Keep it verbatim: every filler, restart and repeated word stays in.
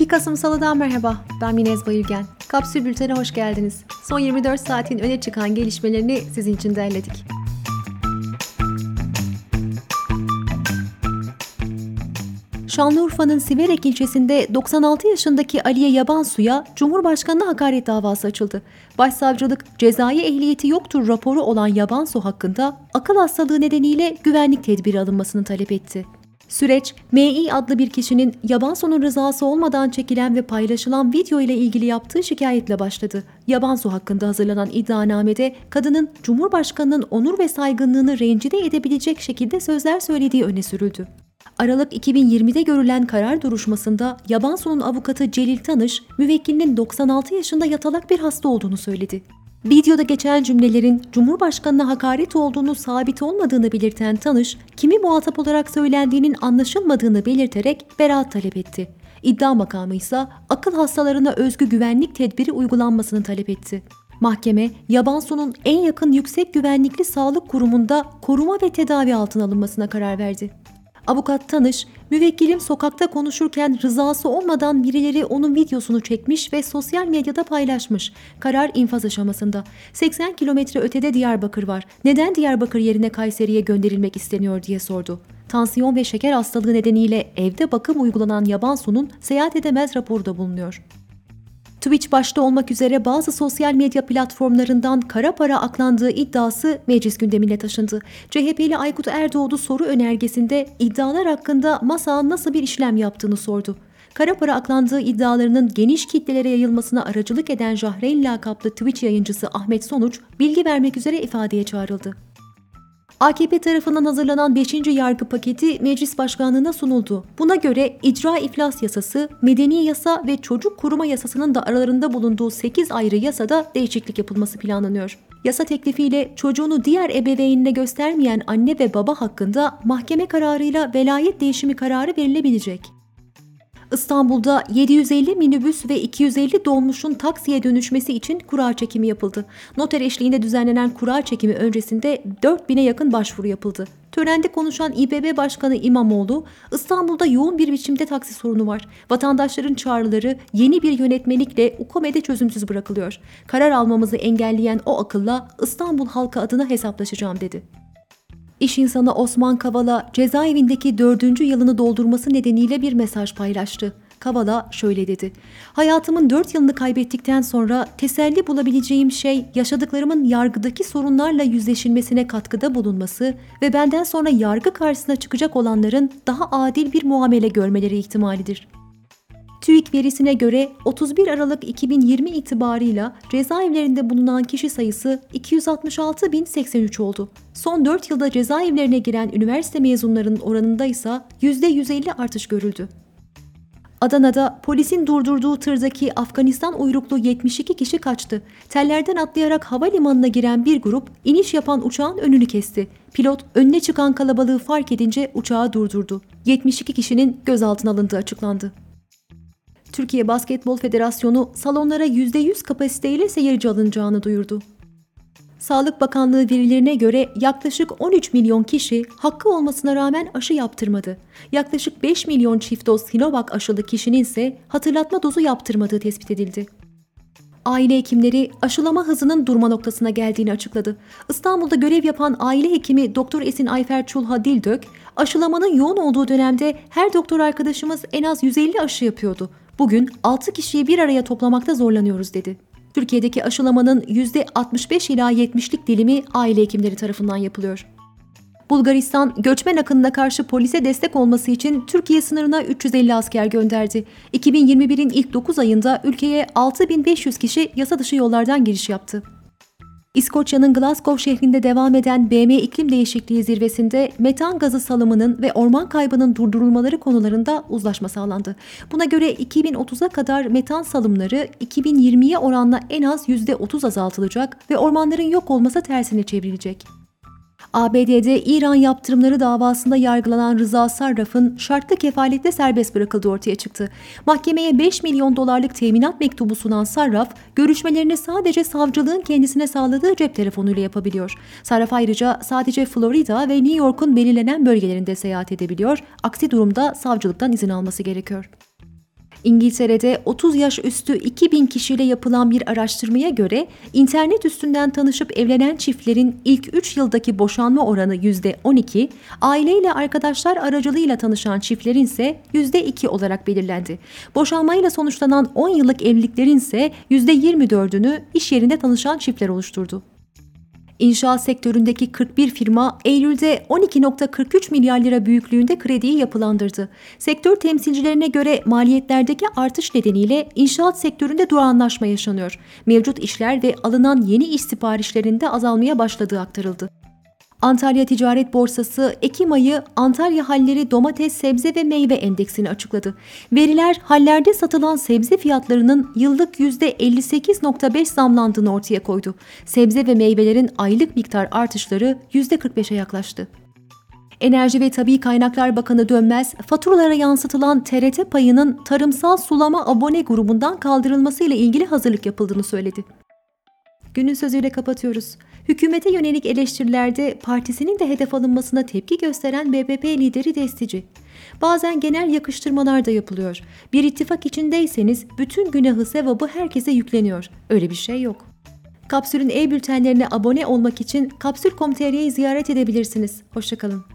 iki Kasım Salı'dan merhaba, ben Minez Bayülgen. Kapsül Bülten'e hoş geldiniz. Son yirmi dört saatin öne çıkan gelişmelerini sizin için derledik. Şanlıurfa'nın Siverek ilçesinde doksan altı yaşındaki Aliye Yabansu'ya Cumhurbaşkanı'na hakaret davası açıldı. Başsavcılık, cezai ehliyeti yoktur raporu olan Yabansu hakkında akıl hastalığı nedeniyle güvenlik tedbiri alınmasını talep etti. Süreç, M İ adlı bir kişinin Yabansu'nun rızası olmadan çekilen ve paylaşılan video ile ilgili yaptığı şikayetle başladı. Yabansu hakkında hazırlanan iddianamede kadının Cumhurbaşkanı'nın onur ve saygınlığını rencide edebilecek şekilde sözler söylediği öne sürüldü. Aralık iki bin yirmide görülen karar duruşmasında Yabansu'nun avukatı Celil Tanış, müvekkilinin doksan altı yaşında yatalak bir hasta olduğunu söyledi. Videoda geçen cümlelerin Cumhurbaşkanı'na hakaret olduğunu sabit olmadığını belirten Tanış, kimi muhatap olarak söylendiğinin anlaşılmadığını belirterek beraat talep etti. İddia makamı ise akıl hastalarına özgü güvenlik tedbiri uygulanmasını talep etti. Mahkeme, Yabansu'nun en yakın yüksek güvenlikli sağlık kurumunda koruma ve tedavi altına alınmasına karar verdi. Avukat Tanış, müvekkilim sokakta konuşurken rızası olmadan birileri onun videosunu çekmiş ve sosyal medyada paylaşmış. Karar infaz aşamasında. seksen kilometre ötede Diyarbakır var. Neden Diyarbakır yerine Kayseri'ye gönderilmek isteniyor diye sordu. Tansiyon ve şeker hastalığı nedeniyle evde bakım uygulanan Yabansu'nun seyahat edemez raporu da bulunuyor. Twitch başta olmak üzere bazı sosyal medya platformlarından kara para aklandığı iddiası meclis gündemine taşındı. C H P'li Aykut Erdoğdu soru önergesinde iddialar hakkında MASA'nın nasıl bir işlem yaptığını sordu. Kara para aklandığı iddialarının geniş kitlelere yayılmasına aracılık eden Jahreyn lakaplı Twitch yayıncısı Ahmet Sonuç bilgi vermek üzere ifadeye çağrıldı. A K P tarafından hazırlanan beşinci yargı paketi meclis başkanlığına sunuldu. Buna göre icra iflas yasası, medeni yasa ve çocuk koruma yasasının da aralarında bulunduğu sekiz ayrı yasada değişiklik yapılması planlanıyor. Yasa teklifiyle çocuğunu diğer ebeveynine göstermeyen anne ve baba hakkında mahkeme kararıyla velayet değişimi kararı verilebilecek. İstanbul'da yedi yüz elli minibüs ve iki yüz elli dolmuşun taksiye dönüşmesi için kura çekimi yapıldı. Noter eşliğinde düzenlenen kura çekimi öncesinde dört bine yakın başvuru yapıldı. Törende konuşan İ B B Başkanı İmamoğlu, İstanbul'da yoğun bir biçimde taksi sorunu var. Vatandaşların çağrıları yeni bir yönetmelikle UKOME'de çözümsüz bırakılıyor. Karar almamızı engelleyen o akılla İstanbul halkı adına hesaplaşacağım dedi. İş insanı Osman Kavala, cezaevindeki dördüncü yılını doldurması nedeniyle bir mesaj paylaştı. Kavala şöyle dedi: "Hayatımın dört yılını kaybettikten sonra teselli bulabileceğim şey yaşadıklarımın yargıdaki sorunlarla yüzleşilmesine katkıda bulunması ve benden sonra yargı karşısına çıkacak olanların daha adil bir muamele görmeleri ihtimalidir." TÜİK verisine göre otuz bir Aralık iki bin yirmi itibarıyla cezaevlerinde bulunan kişi sayısı iki yüz altmış altı bin seksen üç oldu. Son dört yılda cezaevlerine giren üniversite mezunlarının oranında ise yüzde yüz elli artış görüldü. Adana'da polisin durdurduğu tırdaki Afganistan uyruklu yetmiş iki kişi kaçtı. Tellerden atlayarak havalimanına giren bir grup iniş yapan uçağın önünü kesti. Pilot önüne çıkan kalabalığı fark edince uçağı durdurdu. yetmiş iki kişinin gözaltına alındığı açıklandı. Türkiye Basketbol Federasyonu salonlara yüzde yüz kapasiteyle seyirci alınacağını duyurdu. Sağlık Bakanlığı verilerine göre yaklaşık on üç milyon kişi hakkı olmasına rağmen aşı yaptırmadı. Yaklaşık beş milyon çift doz Sinovac aşılı kişinin ise hatırlatma dozu yaptırmadığı tespit edildi. Aile hekimleri aşılama hızının durma noktasına geldiğini açıkladı. İstanbul'da görev yapan aile hekimi Doktor Esin Ayfer Çulha Dildök, aşılamanın yoğun olduğu dönemde her doktor arkadaşımız en az yüz elli aşı yapıyordu. Bugün altı kişiyi bir araya toplamakta zorlanıyoruz dedi. Türkiye'deki aşılamanın yüzde altmış beş ila yetmişlik dilimi aile hekimleri tarafından yapılıyor. Bulgaristan, göçmen akınına karşı polise destek olması için Türkiye sınırına üç yüz elli asker gönderdi. iki bin yirmi birin ilk dokuz ayında ülkeye altı bin beş yüz kişi yasa dışı yollardan giriş yaptı. İskoçya'nın Glasgow şehrinde devam eden B M İklim Değişikliği Zirvesi'nde metan gazı salımının ve orman kaybının durdurulmaları konularında uzlaşma sağlandı. Buna göre iki bin otuza kadar metan salımları iki bin yirmiye oranla en az yüzde otuz azaltılacak ve ormanların yok olması tersine çevrilecek. A B D'de İran yaptırımları davasında yargılanan Rıza Sarraf'ın şartlı kefaletle serbest bırakıldığı ortaya çıktı. Mahkemeye beş milyon dolarlık teminat mektubu sunan Sarraf, görüşmelerini sadece savcılığın kendisine sağladığı cep telefonuyla yapabiliyor. Sarraf ayrıca sadece Florida ve New York'un belirlenen bölgelerinde seyahat edebiliyor. Aksi durumda savcılıktan izin alması gerekiyor. İngiltere'de otuz yaş üstü iki bin kişiyle yapılan bir araştırmaya göre internet üstünden tanışıp evlenen çiftlerin ilk üç yıldaki boşanma oranı yüzde on iki, aileyle arkadaşlar aracılığıyla tanışan çiftlerin ise yüzde iki olarak belirlendi. Boşanmayla sonuçlanan on yıllık evliliklerin ise yüzde yirmi dördünü iş yerinde tanışan çiftler oluşturdu. İnşaat sektöründeki kırk bir firma Eylül'de on iki virgül kırk üç milyar lira büyüklüğünde krediyi yapılandırdı. Sektör temsilcilerine göre maliyetlerdeki artış nedeniyle inşaat sektöründe durağanlaşma yaşanıyor. Mevcut işler ve alınan yeni iş siparişlerinde azalmaya başladığı aktarıldı. Antalya Ticaret Borsası Ekim ayı Antalya Halleri Domates, Sebze ve Meyve Endeksini açıkladı. Veriler hallerde satılan sebze fiyatlarının yıllık yüzde elli sekiz virgül beş zamlandığını ortaya koydu. Sebze ve meyvelerin aylık miktar artışları yüzde kırk beşe yaklaştı. Enerji ve Tabii Kaynaklar Bakanı Dönmez, faturalara yansıtılan T R T payının tarımsal sulama abone grubundan kaldırılmasıyla ilgili hazırlık yapıldığını söyledi. Günün sözüyle kapatıyoruz. Hükümete yönelik eleştirilerde partisinin de hedef alınmasına tepki gösteren B B P lideri Destici. Bazen genel yakıştırmalar da yapılıyor. Bir ittifak içindeyseniz bütün günahı sevabı herkese yükleniyor. Öyle bir şey yok. Kapsül'ün e-bültenlerine abone olmak için kapsül nokta com nokta t r'yi ziyaret edebilirsiniz. Hoşça kalın.